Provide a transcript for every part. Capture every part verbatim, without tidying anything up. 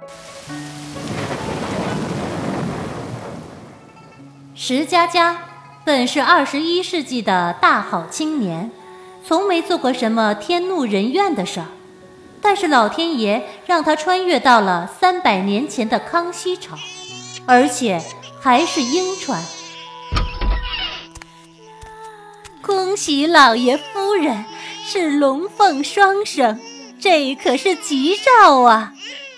石佳佳本是二十一世纪的大好青年，从没做过什么天怒人怨的事儿，但是老天爷让他穿越到了三百年前的康熙朝，而且还是鹰传。恭喜老爷夫人是龙凤双生，这可是吉兆啊！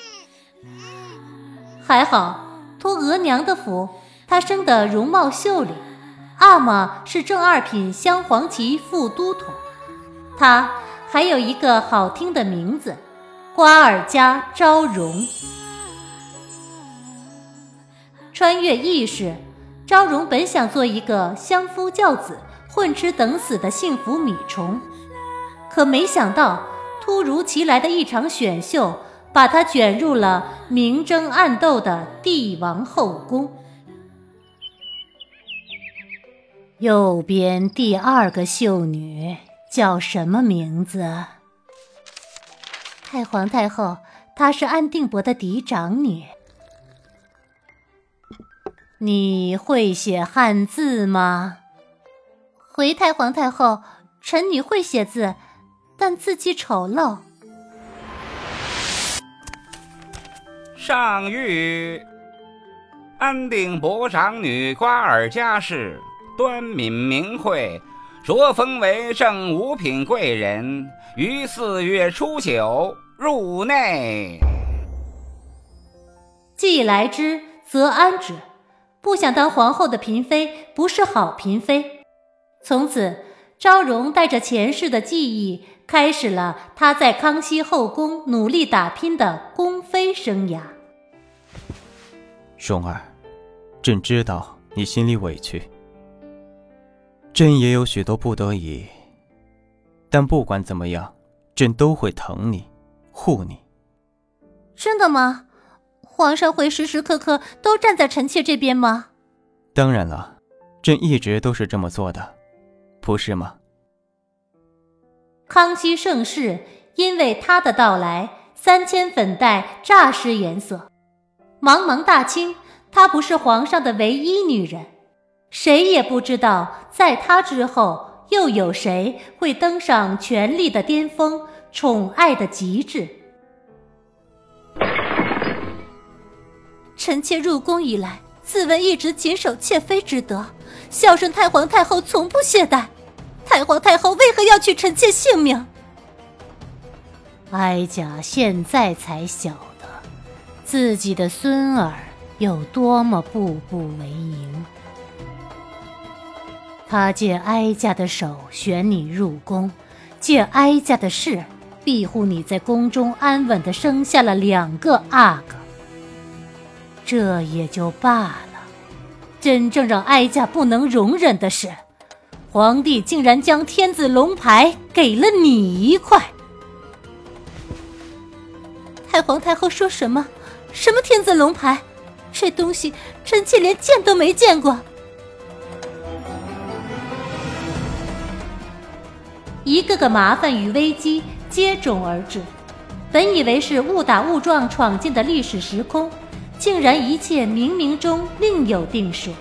还好托额娘的福，她生得容貌秀丽，阿玛是正二品镶黄旗副都统，她还有一个好听的名字，瓜尔佳昭容。穿越意识，昭容本想做一个相夫教子混吃等死的幸福米虫，可没想到突如其来的一场选秀把她卷入了明争暗斗的帝王后宫。右边第二个秀女叫什么名字？太皇太后，她是安定伯的嫡长女。你会写汉字吗？回太皇太后，臣女会写字，但字迹丑陋。 上谕，安定伯长女瓜尔佳氏，端敏明慧，擢封为正五品贵人，于四月初九入内。 既来之，则安之。不想当皇后的嫔妃不是好嫔妃。从此，昭容带着前世的记忆，开始了她在康熙后宫努力打拼的宫妃生涯。 蓉儿，朕知道你心里委屈，朕也有许多不得已，但不管怎么样，朕都会疼你，护你。 真的吗？皇上会时时刻刻都站在臣妾这边吗？ 当然了，朕一直都是这么做的，不是吗？ 康熙盛世因为他的到来，三千粉黛乍失颜色。茫茫大清，她不是皇上的唯一女人，谁也不知道在她之后又有谁会登上权力的巅峰，宠爱的极致。臣妾入宫以来，自问一直谨守妾妃之德，孝顺太皇太后从不懈怠。太皇太后为何要取臣妾性命？哀家现在才晓得，自己的孙儿有多么步步为营。他借哀家的手选你入宫，借哀家的势庇护你在宫中安稳地生下了两个阿哥。这也就罢了，真正让哀家不能容忍的是，皇帝竟然将天子龙牌给了你一块。太皇太后说什么？什么天子龙牌？这东西臣妾连见都没见过。一个个麻烦与危机接踵而至，本以为是误打误撞闯进的历史时空，竟然一切冥冥中另有定数。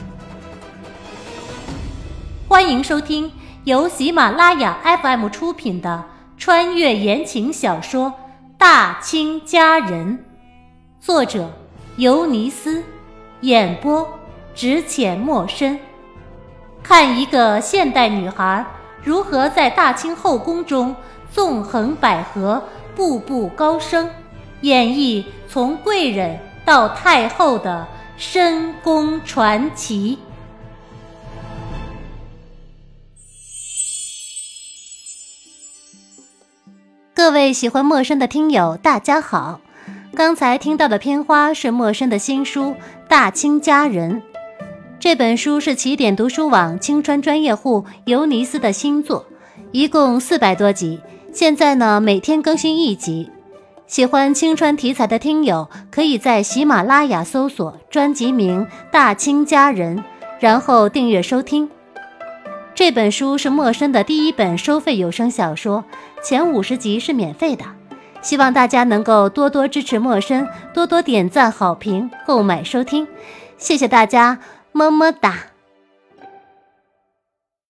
欢迎收听由喜马拉雅 F M 出品的穿越言情小说《大清佳人》，作者尤尼斯，演播只浅墨深。看一个现代女孩如何在大清后宫中纵横捭阖，步步高升，演绎从贵人到太后的深宫传奇。各位喜欢陌生的听友，大家好。刚才听到的片花是陌生的新书《大清佳人》。这本书是起点读书网青川专业户尤尼斯的新作，一共四百多集，现在呢每天更新一集。喜欢青川题材的听友，可以在喜马拉雅搜索专辑名《大清佳人》，然后订阅收听。这本书是陌生的第一本收费有声小说，前五十集是免费的。 希望大家能够多多支持陌生，多多点赞好评，购买收听，谢谢大家，么么哒。